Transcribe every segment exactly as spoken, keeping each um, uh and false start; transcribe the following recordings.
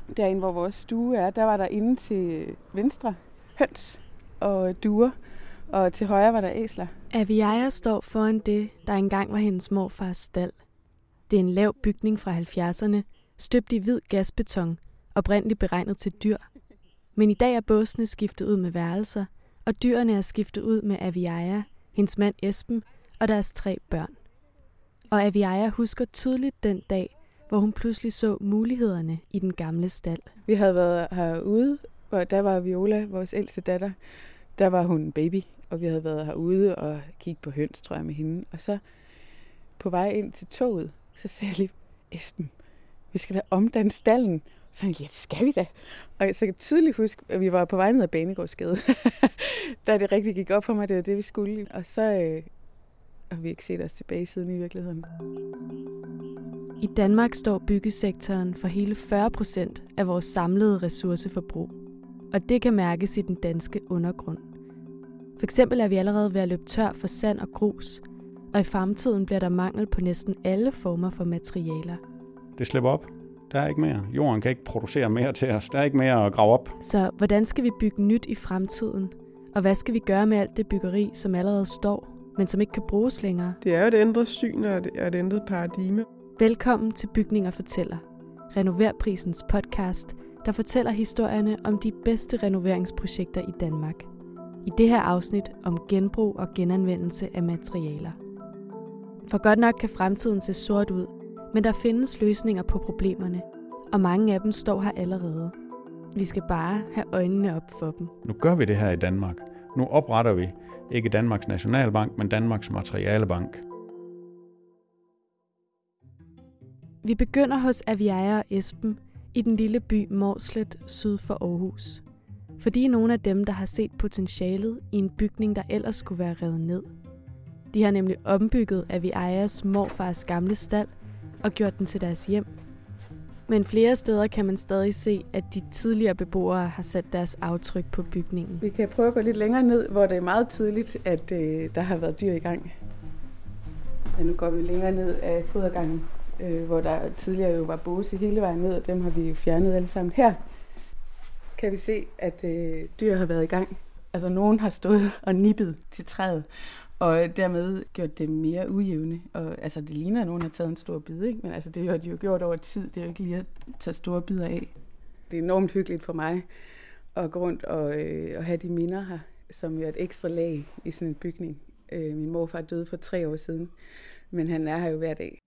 Derinde, hvor vores stue er, der var der inde til venstre høns og duer, og til højre var der æsler. Aviaja står foran det, der engang var hendes morfars stald. Det er en lav bygning fra halvfjerdserne, støbt i hvid gasbeton, oprindeligt beregnet til dyr. Men i dag er båsene skiftet ud med værelser, og dyrene er skiftet ud med Aviaja, hendes mand Esben og deres tre børn. Og Aviaja husker tydeligt den dag, hvor hun pludselig så mulighederne i den gamle stald. Vi havde været herude, og der var Viola, vores ældste datter. Der var hun en baby, og vi havde været herude og kigget på høns, tror jeg, med hende. Og så på vej ind til toget, så sagde jeg lige, Esben, vi skal da omdanne stallen. Så sagde jeg, ja, det skal vi da. Og så kan jeg tydeligt huske, at vi var på vej ned ad Banegårdsgade. Da det rigtig gik op for mig, det var det, vi skulle. Og så øh, har vi ikke set os tilbage siden i virkeligheden. I Danmark står byggesektoren for hele fyrre procent af vores samlede ressourceforbrug. Og det kan mærkes i den danske undergrund. For eksempel er vi allerede ved at løbe tør for sand og grus, og i fremtiden bliver der mangel på næsten alle former for materialer. Det slipper op. Der er ikke mere. Jorden kan ikke producere mere til os. Der er ikke mere at grave op. Så hvordan skal vi bygge nyt i fremtiden? Og hvad skal vi gøre med alt det byggeri, som allerede står, men som ikke kan bruges længere? Det er jo et ændret syn og et ændret paradigme. Velkommen til Bygninger Fortæller, Renoverprisens podcast, der fortæller historierne om de bedste renoveringsprojekter i Danmark. I det her afsnit om genbrug og genanvendelse af materialer. For godt nok kan fremtiden se sort ud, men der findes løsninger på problemerne, og mange af dem står her allerede. Vi skal bare have øjnene op for dem. Nu gør vi det her i Danmark. Nu opretter vi ikke Danmarks Nationalbank, men Danmarks Materialebank. Vi begynder hos Aviaja og Esben i den lille by Mårslet syd for Aarhus. For de er nogle af dem, der har set potentialet i en bygning, der ellers skulle være revet ned. De har nemlig ombygget Aviajas morfars gamle stald og gjort den til deres hjem. Men flere steder kan man stadig se, at de tidligere beboere har sat deres aftryk på bygningen. Vi kan prøve at gå lidt længere ned, hvor det er meget tydeligt, at øh, der har været dyr i gang. Ja, nu går vi længere ned af fodergangen, øh, hvor der tidligere jo var båse hele vejen ned, og dem har vi jo fjernet alle sammen. Her kan vi se, at øh, dyr har været i gang. Altså nogen har stået og nippet til træet, og dermed gjort det mere ujævne. Og, altså det ligner, at nogen har taget en stor bid, ikke? Men altså, det har de jo gjort over tid. Det er jo ikke lige at tage store bidder af. Det er enormt hyggeligt for mig at gå rundt og, øh, og have de minder her, som er et ekstra lag i sådan en bygning. Øh, min morfar døde for tre år siden, men han er her jo hver dag.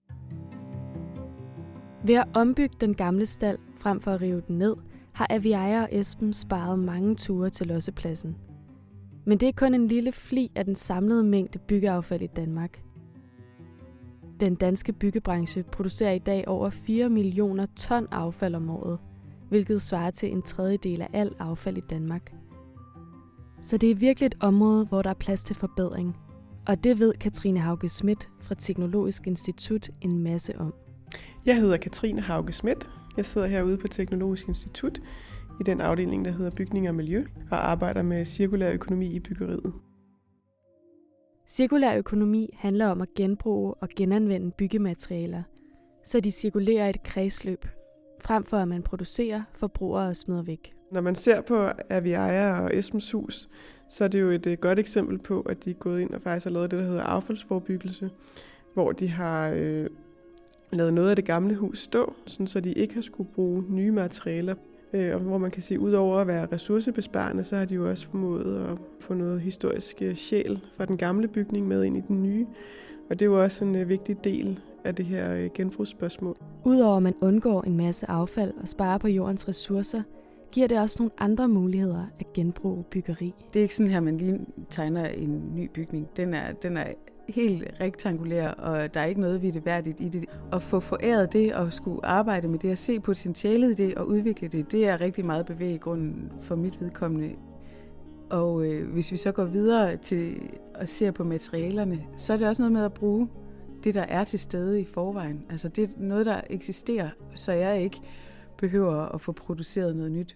Ved at ombygge den gamle stald frem for at rive den ned, har Aviaja og Esben sparet mange ture til lossepladsen. Men det er kun en lille fli af den samlede mængde byggeaffald i Danmark. Den danske byggebranche producerer i dag over fire millioner ton affald om året, hvilket svarer til en tredjedel af alt affald i Danmark. Så det er virkelig et område, hvor der er plads til forbedring. Og det ved Katrine Hauge Schmidt fra Teknologisk Institut en masse om. Jeg hedder Katrine Hauge Schmidt. Jeg sidder herude på Teknologisk Institut i den afdeling, der hedder Bygning og Miljø, og arbejder med cirkulær økonomi i byggeriet. Cirkulær økonomi handler om at genbruge og genanvende byggematerialer, så de cirkulerer i et kredsløb, frem for at man producerer, forbruger og smider væk. Når man ser på Aviaja og Esbens hus, så er det jo et godt eksempel på, at de er gået ind og faktisk har lavet det, der hedder affaldsforebyggelse, hvor de har øh, lavet noget af det gamle hus stå, sådan så de ikke har skulle bruge nye materialer. Øh, og hvor man kan sige, udover at være ressourcebesparende, så har de jo også formået at få noget historisk sjæl fra den gamle bygning med ind i den nye. Og det er jo også en uh, vigtig del af det her uh, genbrugsspørgsmål. Udover at man undgår en masse affald og sparer på jordens ressourcer, giver det også nogle andre muligheder at genbruge byggeri. Det er ikke sådan her, man lige tegner en ny bygning. Den er, den er helt rektangulær, og der er ikke noget vidteværdigt i det. At få foræret det og skulle arbejde med det, at se potentialet i det og udvikle det, det er rigtig meget bevæggrunden for mit vedkommende. Og øh, hvis vi så går videre til at se på materialerne, så er det også noget med at bruge det, der er til stede i forvejen. Altså det er noget, der eksisterer, så jeg ikke behøver at få produceret noget nyt.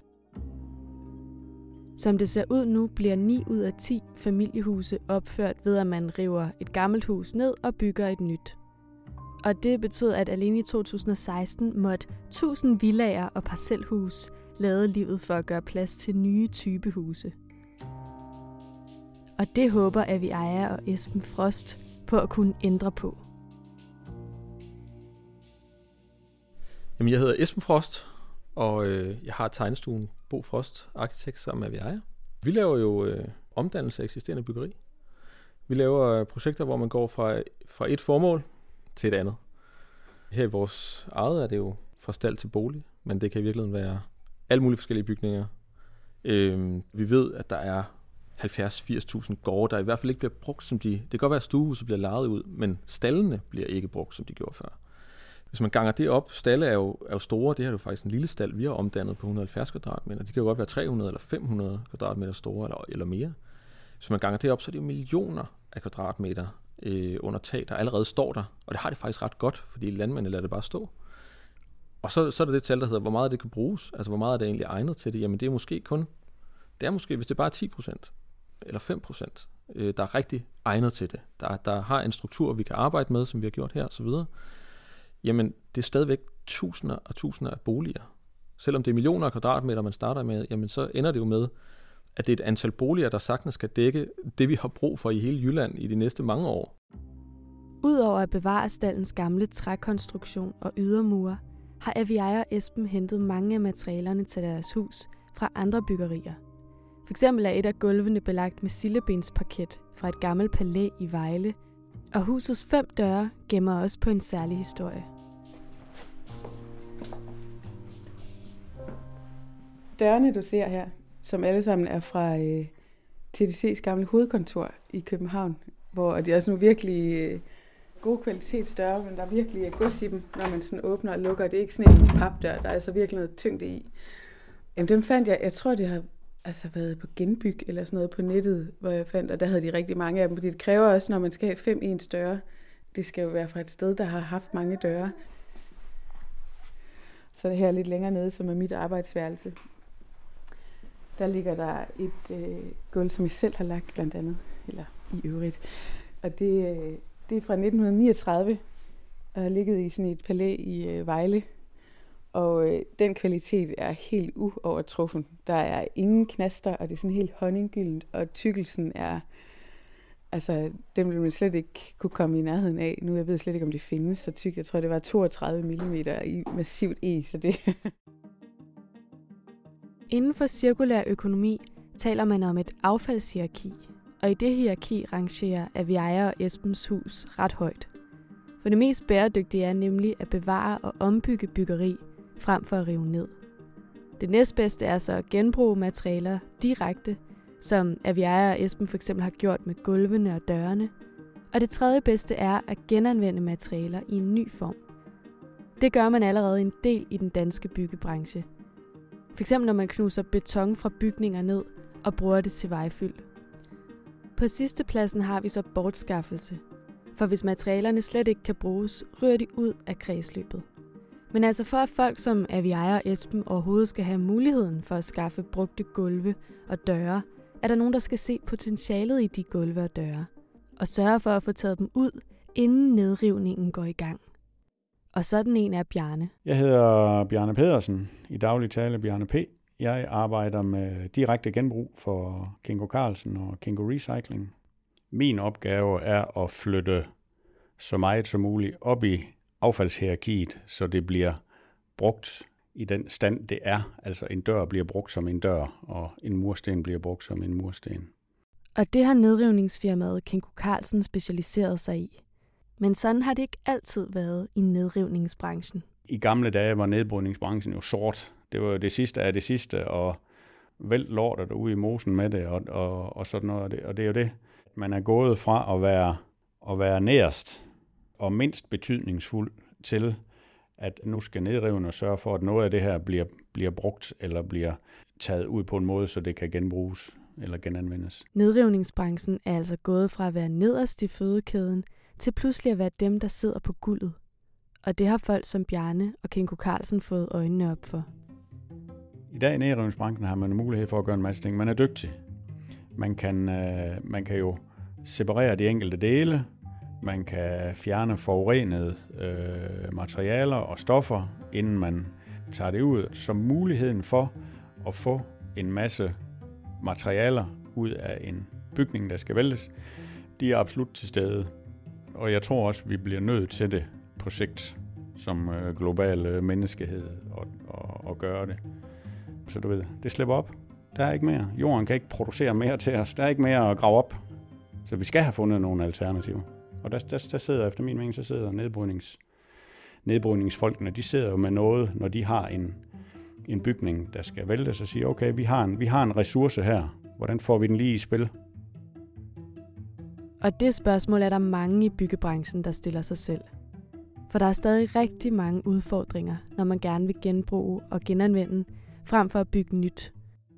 Som det ser ud nu, bliver ni ud af ti familiehuse opført ved, at man river et gammelt hus ned og bygger et nyt. Og det betød, at alene i to tusind og seksten måtte tusind villaer og parcelhus lade livet for at gøre plads til nye typehuse. Og det håber Avi Ejer og Esben Frost på at kunne ændre på. Jamen, jeg hedder Esben Frost, og øh, jeg har tegnestuen Bo Frost Arkitekt sammen med Avi Ejer. Vi laver jo øh, omdannelse af eksisterende byggeri. Vi laver øh, projekter, hvor man går fra, fra et formål til et andet. Her i vores eget er det jo fra stald til bolig, men det kan i virkeligheden være alle mulige forskellige bygninger. Øh, vi ved, at der er halvfjerds til firs tusind gårde, der i hvert fald ikke bliver brugt, som de... Det kan godt være, at stuehuset bliver lejet ud, men stallene bliver ikke brugt, som de gjorde før. Hvis man ganger det op, stalle er jo, er jo store, det her er jo faktisk en lille stald, vi har omdannet på et hundrede og halvfjerds kvadratmeter. De kan jo godt være tre hundrede eller fem hundrede kvadratmeter store eller, eller mere. Hvis man ganger det op, så er det jo millioner af kvadratmeter øh, under tag, der allerede står der. Og det har det faktisk ret godt, fordi landmændene lader det bare stå. Og så, så er der det tal, der hedder, hvor meget det kan bruges. Altså, hvor meget er det egentlig egnet til det? Jamen, det er måske kun... Det er måske, hvis det bare er ti procent eller fem procent, øh, der er rigtig egnet til det. Der, der har en struktur, vi kan arbejde med, som vi har gjort her, og så videre. Jamen, det er stadigvæk tusinder og tusinder af boliger. Selvom det er millioner af kvadratmeter, man starter med, jamen så ender det jo med, at det er et antal boliger, der sagtens skal dække det, vi har brug for i hele Jylland i de næste mange år. Udover at bevare staldens gamle trækonstruktion og ydermure, har Avi Ejer og Esben hentet mange af materialerne til deres hus fra andre byggerier. For eksempel er et af gulvene belagt med sillebensparket fra et gammelt palæ i Vejle, og husets fem døre gemmer også på en særlig historie. Dørene, du ser her, som alle sammen er fra øh, T D C's gamle hovedkontor i København, hvor de er også nogle virkelig øh, gode kvalitetsdøre, men der er virkelig gods i dem, når man sådan åbner og lukker. Det er ikke sådan en papdør, der er altså virkelig noget tyngde i. Jamen, dem fandt jeg, jeg tror, det har altså været på genbyg eller sådan noget på nettet, hvor jeg fandt, og der havde de rigtig mange af dem, fordi det kræver også, når man skal have fem ens døre, det skal jo være fra et sted, der har haft mange døre. Så det her lidt længere nede, som er mit arbejdsværelse. Der ligger der et øh, gulv, som jeg selv har lagt blandt andet, eller i øvrigt. Og det, øh, det er fra nitten niogtredive, og har ligget i sådan et palæ i øh, Vejle. Og øh, den kvalitet er helt uovertruffen. Der er ingen knaster, og det er sådan helt honninggyldent, og tykkelsen er, altså den vil man slet ikke kunne komme i nærheden af. Nu jeg ved slet ikke, om det findes så tyk. Jeg tror, det var toogtredive millimeter i massivt E, så det... Inden for cirkulær økonomi taler man om et affaldshierarki, og i det hierarki rangerer Avi Ejer og Esbens hus ret højt. For det mest bæredygtige er nemlig at bevare og ombygge byggeri, frem for at rive ned. Det næstbedste er så at genbruge materialer direkte, som Avi Ejer og Esben for eksempel har gjort med gulvene og dørene. Og det tredje bedste er at genanvende materialer i en ny form. Det gør man allerede en del i den danske byggebranche. For eksempel når man knuser beton fra bygninger ned og bruger det til vejfyld. På sidste pladsen har vi så bortskaffelse. For hvis materialerne slet ikke kan bruges, ryger de ud af kredsløbet. Men altså for at folk som Avi Ejer og Esben overhovedet skal have muligheden for at skaffe brugte gulve og døre, er der nogen, der skal se potentialet i de gulve og døre. Og sørge for at få taget dem ud, inden nedrivningen går i gang. Og sådan en er Bjarne. Jeg hedder Bjarne Pedersen, i daglig tale Bjarne P. Jeg arbejder med direkte genbrug for Kingo Carlsen og Kingo Recycling. Min opgave er at flytte så meget som muligt op i affaldshierarkiet, så det bliver brugt i den stand, det er. Altså en dør bliver brugt som en dør, og en mursten bliver brugt som en mursten. Og det har nedrivningsfirmaet Kingo Carlsen specialiseret sig i. Men sådan har det ikke altid været i nedrivningsbranchen. I gamle dage var nedbrydningsbranchen jo sort. Det var jo det sidste af det sidste, og vælt lortet derude i mosen med det, og, og, og sådan noget. Og det, og det er jo det, man er gået fra at være, at være nærest og mindst betydningsfuld til, at nu skal nedrivende og sørge for, at noget af det her bliver, bliver brugt eller bliver taget ud på en måde, så det kan genbruges eller genanvendes. Nedrivningsbranchen er altså gået fra at være nederst i fødekæden til pludselig at være dem, der sidder på guldet. Og det har folk som Bjarne og Kingo Carlsen fået øjnene op for. I dag i nedrivningsbranchen har man mulighed for at gøre en masse ting. Man er dygtig. Man kan, øh, man kan jo separere de enkelte dele. man kan fjerne forurenede øh, materialer og stoffer, inden man tager det ud. Så muligheden for at få en masse materialer ud af en bygning, der skal væltes, de er absolut til stede. Og jeg tror også, vi bliver nødt til det på sigt som øh, global øh, menneskehed at, at, at gøre det. Så du ved, det slipper op. Der er ikke mere. Jorden kan ikke producere mere til os. Der er ikke mere at grave op. Så vi skal have fundet nogle alternativer. Og der, der, der sidder, efter min mening, så sidder nedbrydnings, nedbrydningsfolkene, de sidder jo med noget, når de har en, en bygning, der skal væltes, og siger, okay, vi har, en, vi har en ressource her. Hvordan får vi den lige i spil? Og det spørgsmål er der mange i byggebranchen, der stiller sig selv. For der er stadig rigtig mange udfordringer, når man gerne vil genbruge og genanvende, frem for at bygge nyt.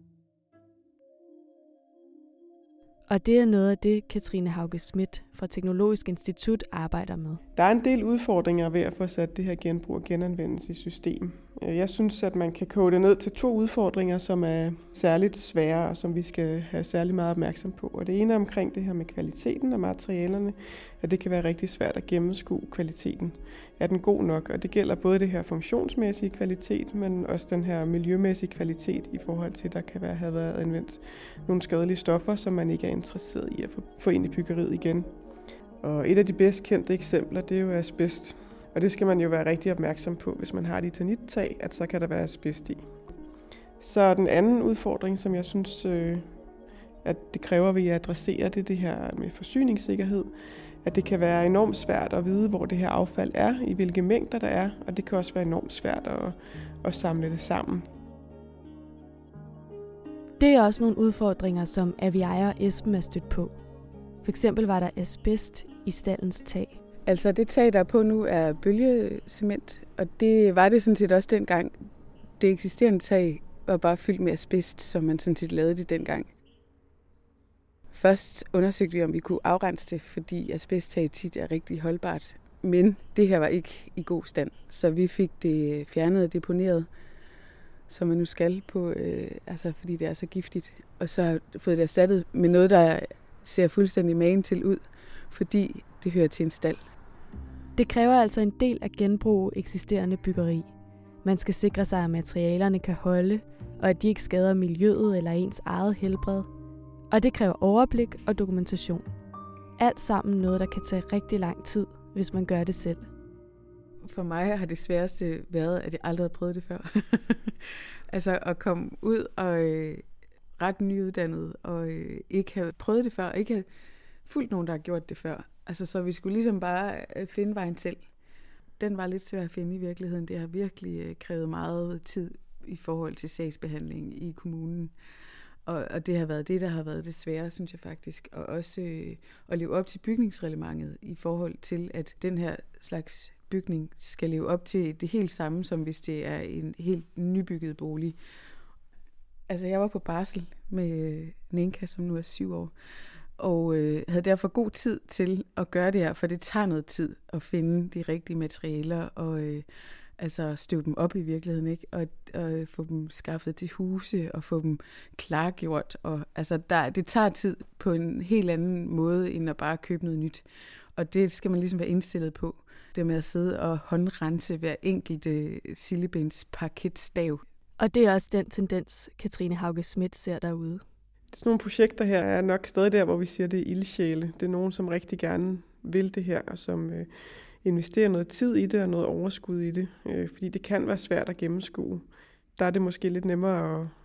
Og det er noget af det, Katrine Hauge Schmidt fra Teknologisk Institut arbejder med. Der er en del udfordringer ved at få sat det her genbrug og genanvendelse i system. Jeg synes, at man kan kode det ned til to udfordringer, som er særligt svære, og som vi skal have særlig meget opmærksom på. Og det ene er omkring det her med kvaliteten af materialerne, at det kan være rigtig svært at gennemskue kvaliteten. Er den god nok? Og det gælder både det her funktionsmæssige kvalitet, men også den her miljømæssige kvalitet i forhold til, at der kan være, have været anvendt nogle skadelige stoffer, som man ikke er interesseret i at få ind i byggeriet igen. Og et af de bedst kendte eksempler, det er jo asbest. Og det skal man jo være rigtig opmærksom på, hvis man har et eternit-tag, at så kan der være asbest i. Så den anden udfordring, som jeg synes, øh, at det kræver, at vi adresserer, det er det her med forsyningssikkerhed. At det kan være enormt svært at vide, hvor det her affald er, i hvilke mængder der er, og det kan også være enormt svært at, at samle det sammen. Det er også nogle udfordringer, som Aviaja og Esben er stødt på. For eksempel var der asbest i stallens tag. Altså det tag, der er på nu, er bølgecement, og det var det sådan set også dengang. Det eksisterende tag var bare fyldt med asbest, som man sådan set lavede det dengang. Først undersøgte vi, om vi kunne afrense det, fordi asbesttag tit er rigtig holdbart. Men det her var ikke i god stand, så vi fik det fjernet og deponeret, som man nu skal på, øh, altså fordi det er så giftigt. Og så har fået det erstattet med noget, der ser fuldstændig magen til ud, fordi det hører til en stald. Det kræver altså en del at genbruge eksisterende byggeri. Man skal sikre sig, at materialerne kan holde, og at de ikke skader miljøet eller ens eget helbred. Og det kræver overblik og dokumentation. Alt sammen noget, der kan tage rigtig lang tid, hvis man gør det selv. For mig har det sværeste været, at jeg aldrig har prøvet det før. Altså at komme ud og øh, ret nyuddannet og øh, ikke have prøvet det før, og ikke have fulgt nogen, der har gjort det før. Altså så vi skulle ligesom bare finde vejen selv. Den var lidt svær at finde i virkeligheden. Det har virkelig øh, krævet meget tid i forhold til sagsbehandling i kommunen. Og, og det har været det, der har været det svære, synes jeg faktisk. Og også øh, at leve op til bygningsreglementet i forhold til, at den her slags bygning skal leve op til det helt samme, som hvis det er en helt nybygget bolig. Altså jeg var på barsel med Nenka, som nu er syv år, og øh, havde derfor god tid til at gøre det her, for det tager noget tid at finde de rigtige materialer og øh, altså støve dem op i virkeligheden, ikke? Og, og få dem skaffet til huse og få dem klargjort. Og, altså der, det tager tid på en helt anden måde, end at bare købe noget nyt. Og det skal man ligesom være indstillet på. Det med at sidde og håndrense hver enkelte sillebens parketstav. Og det er også den tendens, Katrine Hauge Schmidt ser derude. Sådan nogle projekter her er nok stadig der, hvor vi siger, det er ildsjæle. Det er nogen, som rigtig gerne vil det her, og som øh, investerer noget tid i det og noget overskud i det. Øh, fordi det kan være svært at gennemskue. Der er det måske lidt nemmere at,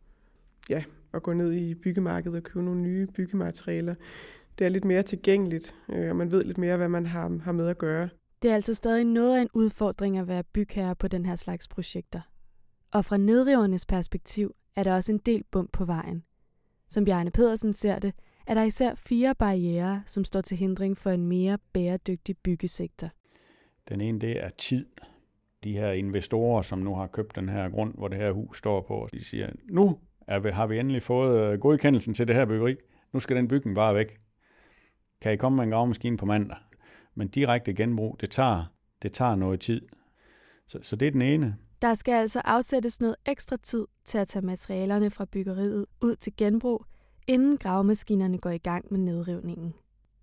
ja, at gå ned i byggemarkedet og købe nogle nye byggematerialer. Det er lidt mere tilgængeligt, øh, og man ved lidt mere, hvad man har, har med at gøre. Det er altså stadig noget af en udfordring at være bygherre på den her slags projekter. Og fra nedrivernes perspektiv er der også en del bump på vejen. Som Bjarne Pedersen ser det, er der især fire barrierer, som står til hindring for en mere bæredygtig byggesektor. Den ene, det er tid. De her investorer, som nu har købt den her grund, hvor det her hus står på, de siger, nu er vi, har vi endelig fået godkendelsen til det her byggeri. Nu skal den bygning bare væk. Kan I komme med en gravemaskine på mandag? Men direkte genbrug, det tager, det tager noget tid. Så, så det er den ene. Der skal altså afsættes noget ekstra tid til at tage materialerne fra byggeriet ud til genbrug, inden gravemaskinerne går i gang med nedrivningen.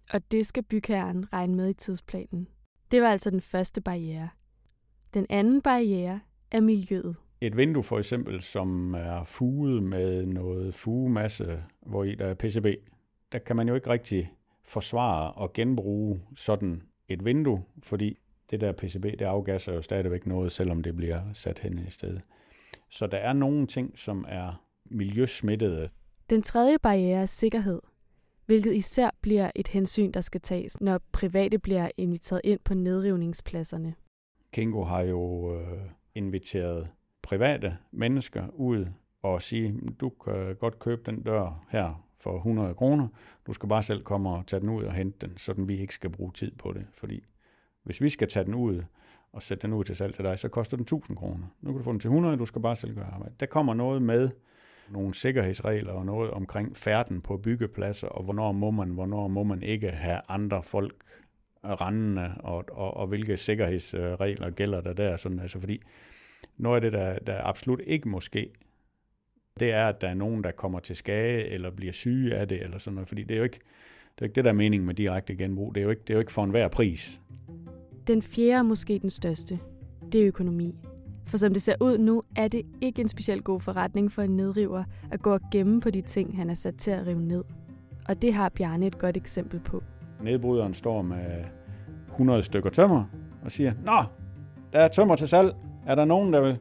Og det skal bygherren regne med i tidsplanen. Det var altså den første barriere. Den anden barriere er miljøet. Et vindue for eksempel, som er fuget med noget fugemasse, hvor i der er P C B, der kan man jo ikke rigtig forsvare og genbruge sådan et vindue, fordi det der P C B, det afgasser jo stadigvæk noget, selvom det bliver sat hen i stedet. Så der er nogle ting, som er miljøsmittede. Den tredje barriere er sikkerhed, hvilket især bliver et hensyn, der skal tages, når private bliver inviteret ind på nedrivningspladserne. Kingo har jo øh, inviteret private mennesker ud og sige, du kan godt købe den dør her for hundrede kroner. Du skal bare selv komme og tage den ud og hente den, så vi ikke skal bruge tid på det. Fordi hvis vi skal tage den ud og sætte den ud til salg til dig, så koster den tusind kroner. Nu kan du få den til hundrede, du skal bare selv gøre arbejde. Der kommer noget med nogle sikkerhedsregler og noget omkring færden på byggepladser, og hvornår må man, hvornår må man ikke have andre folk rendende, og, og, og hvilke sikkerhedsregler gælder der der. Sådan, altså fordi noget af det, der, der absolut ikke må ske, det er, at der er nogen, der kommer til skade, eller bliver syge af det, eller sådan noget. Fordi det er jo ikke det, er ikke det der er meningen med direkte genbrug. Det er jo ikke, det er jo ikke for enhver pris. Den fjerde er måske den største. Det er økonomi. For som det ser ud nu, er det ikke en specielt god forretning for en nedriver at gå og gemme på de ting, han er sat til at rive ned. Og det har Bjarne et godt eksempel på. Nedbryderen står med hundrede stykker tømmer og siger, nå, der er tømmer til salg. Er der nogen, der vil?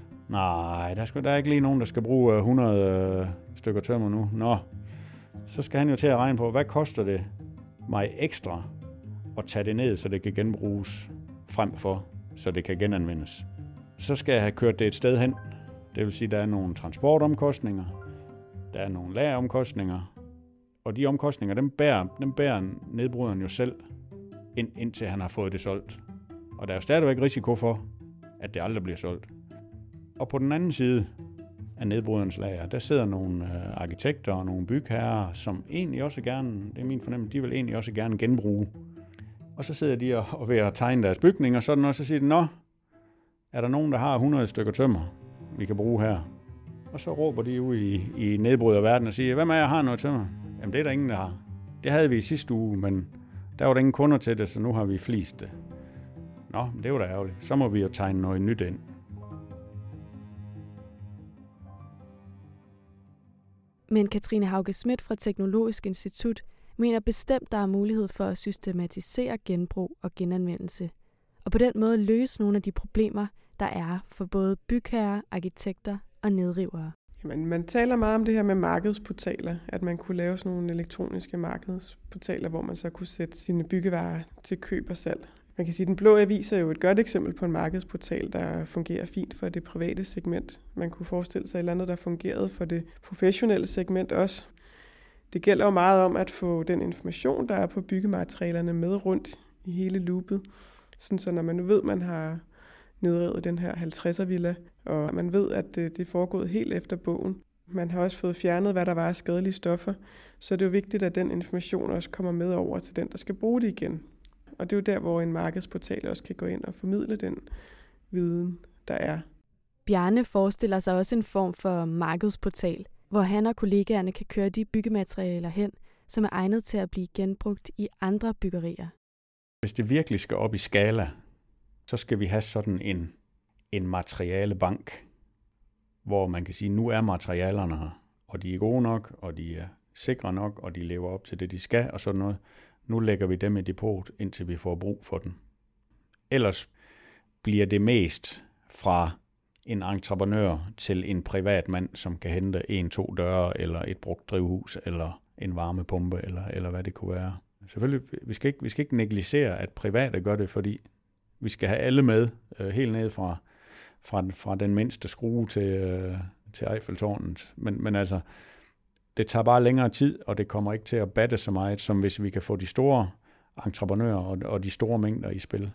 Nej, der, skal, der er ikke lige nogen, der skal bruge hundrede stykker tømmer nu. Nå, så skal han jo til at regne på, hvad koster det mig ekstra at tage det ned, så det kan genbruges frem for, så det kan genanvendes. Så skal jeg have kørt det et sted hen. Det vil sige, at der er nogle transportomkostninger, der er nogle lageromkostninger, og de omkostninger, dem bærer, dem bærer nedbryderen jo selv, ind, indtil han har fået det solgt. Og der er jo stadigvæk risiko for, at det aldrig bliver solgt. Og på den anden side af nedbryderens lager, der sidder nogle øh, arkitekter og nogle bygherrer, som egentlig også gerne, det er min fornemmelse, de vil egentlig også gerne genbruge. Og så sidder de og, og ved at tegne deres bygninger, og sådan, og så siger de, nå, er der nogen, der har hundrede stykker tømmer, vi kan bruge her? Og så råber de ud i, i nedbryderverdenen og siger, hvem af jer har noget tømmer? Jamen det er der ingen, der har. Det havde vi i sidste uge, men der var der ingen kunder til det, så nu har vi flist det. Nå, det var da ærgerligt. Så må vi jo tegne noget nyt ind. Men Katrine Hauge Schmidt fra Teknologisk Institut mener bestemt, der er mulighed for at systematisere genbrug og genanvendelse, og på den måde løse nogle af de problemer, der er for både bygherrer, arkitekter og nedrivere. Jamen, man taler meget om det her med markedsportaler, at man kunne lave sådan nogle elektroniske markedsportaler, hvor man så kunne sætte sine byggevarer til køb og salg. Man kan sige, at Den Blå Avis er jo et godt eksempel på en markedsportal, der fungerer fint for det private segment. Man kunne forestille sig et eller andet, der fungerede for det professionelle segment også. Det gælder jo meget om at få den information, der er på byggematerialerne, med rundt i hele loopet. Sådan så når man nu ved, at man har nedrevet den her halvtredser villa, og man ved, at det er foregået helt efter bogen. Man har også fået fjernet, hvad der var af skadelige stoffer, så det er jo vigtigt, at den information også kommer med over til den, der skal bruge det igen. Og det er jo der, hvor en markedsportal også kan gå ind og formidle den viden, der er. Bjarne forestiller sig også en form for markedsportal, hvor han og kollegaerne kan køre de byggematerialer hen, som er egnet til at blive genbrugt i andre byggerier. Hvis det virkelig skal op i skala, så skal vi have sådan en, en materialebank, hvor man kan sige, nu er materialerne her, og de er gode nok, og de er sikre nok, og de lever op til det, de skal, og sådan noget. Nu lægger vi dem i depot, indtil vi får brug for dem. Ellers bliver det mest fra en entreprenør til en privat mand, som kan hente en, to døre, eller et brugt drivhus, eller en varmepumpe, eller, eller hvad det kunne være. Selvfølgelig, vi skal ikke, vi skal ikke negligere, at private gør det, fordi vi skal have alle med, øh, helt ned fra, fra, fra den mindste skrue til, øh, til Eiffeltårnet. Men, men altså, det tager bare længere tid, og det kommer ikke til at batte så meget, som hvis vi kan få de store entreprenører og, og de store mængder i spil.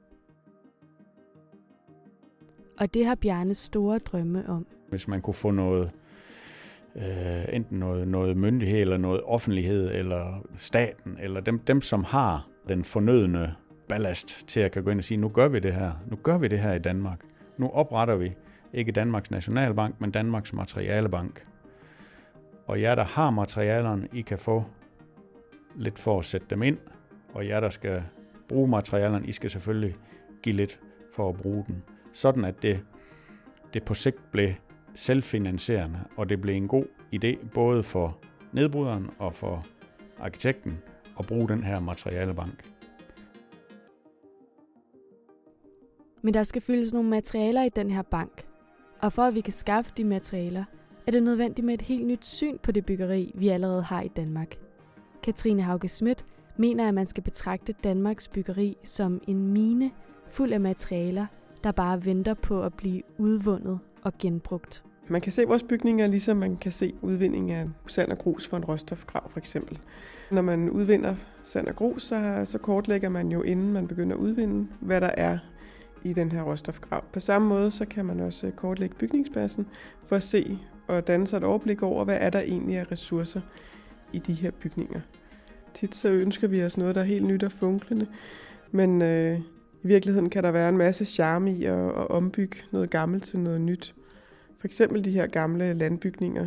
Og det har Bjarne store drømme om. Hvis man kunne få noget, øh, enten noget, noget myndighed, eller noget offentlighed, eller staten, eller dem, dem, som har den fornødne ballast til at kan gå ind og sige, nu gør vi det her, nu gør vi det her i Danmark. Nu opretter vi ikke Danmarks Nationalbank, men Danmarks Materialebank. Og jer, der har materialerne, I kan få lidt for at sætte dem ind, og jer, der skal bruge materialerne, I skal selvfølgelig give lidt for at bruge dem. Sådan at det, det på sigt blev selvfinansierende, og det blev en god idé både for nedbryderen og for arkitekten at bruge den her materialebank. Men der skal fyldes nogle materialer i den her bank, og for at vi kan skaffe de materialer, er det nødvendigt med et helt nyt syn på det byggeri, vi allerede har i Danmark. Katrine Hauge Schmidt mener, at man skal betragte Danmarks byggeri som en mine fuld af materialer, der bare venter på at blive udvundet og genbrugt. Man kan se vores bygninger, ligesom man kan se udvinding af sand og grus for en råstofgrav for eksempel. Når man udvinder sand og grus, så, så kortlægger man jo, inden man begynder at udvinde, hvad der er i den her råstofgrav. På samme måde så kan man også kortlægge bygningsmassen for at se og danne sig et overblik over, hvad er der egentlig af ressourcer i de her bygninger. Tit så ønsker vi os noget, der er helt nyt og funklende, men øh, i virkeligheden kan der være en masse charme i at, at ombygge noget gammelt til noget nyt. For eksempel de her gamle landbygninger.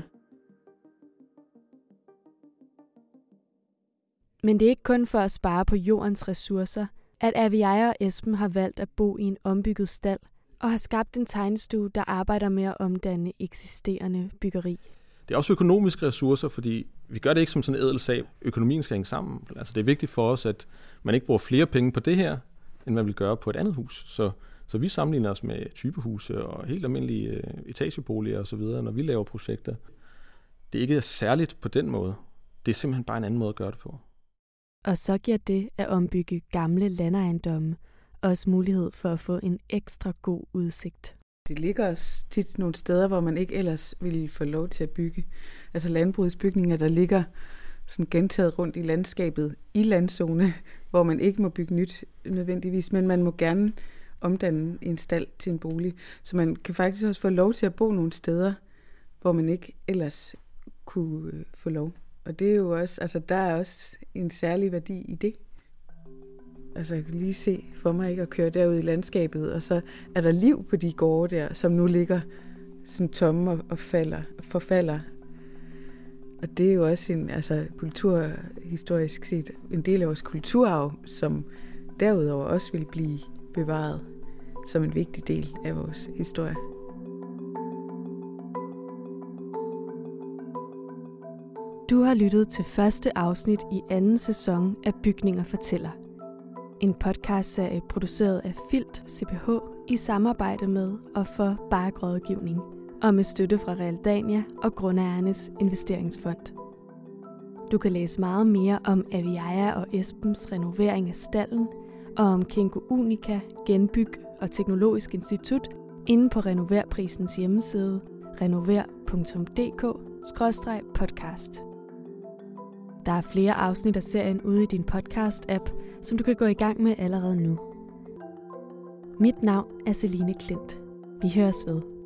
Men det er ikke kun for at spare på jordens ressourcer, at Aviaja og Esben har valgt at bo i en ombygget stald og har skabt en tegnestue, der arbejder med at omdanne eksisterende byggeri. Det er også økonomiske ressourcer, fordi vi gør det ikke som sådan en ædel sag. Økonomien skal hænge sammen. Altså det er vigtigt for os, at man ikke bruger flere penge på det her, end man vil gøre på et andet hus. Så, så vi sammenligner os med typehuse og helt almindelige øh, etageboliger osv., når vi laver projekter. Det er ikke særligt på den måde. Det er simpelthen bare en anden måde at gøre det på. Og så giver det at ombygge gamle landejendomme også mulighed for at få en ekstra god udsigt. Det ligger også tit nogle steder, hvor man ikke ellers ville få lov til at bygge. Altså landbrugsbygninger, der ligger sådan gentaget rundt i landskabet i landzone, hvor man ikke må bygge nyt nødvendigvis, men man må gerne omdanne en stald til en bolig. Så man kan faktisk også få lov til at bo nogle steder, hvor man ikke ellers kunne få lov. Og det er jo også, altså der er også en særlig værdi i det. Altså jeg kan lige se for mig ikke at køre derud i landskabet, og så er der liv på de gårde der, som nu ligger sådan tomme og, og falder, forfalder. Og det er jo også en, altså kulturhistorisk set en del af vores kulturarv, som derudover også vil blive bevaret som en vigtig del af vores historie. Du har lyttet til første afsnit i anden sæson af Bygninger Fortæller. En podcastserie produceret af Filt C P H i samarbejde med og for Bark Rådgivning og med støtte fra Realdania og Grundejernes Investeringsfond. Du kan læse meget mere om Aviaja og Esbens renovering af stallen og om Kinko Unica, Genbyg og Teknologisk Institut inde på Renoverprisens hjemmeside renover punktum d k skråstreg podcast. Der er flere afsnit af serien ude i din podcast-app, som du kan gå i gang med allerede nu. Mit navn er Celine Klint. Vi høres ved.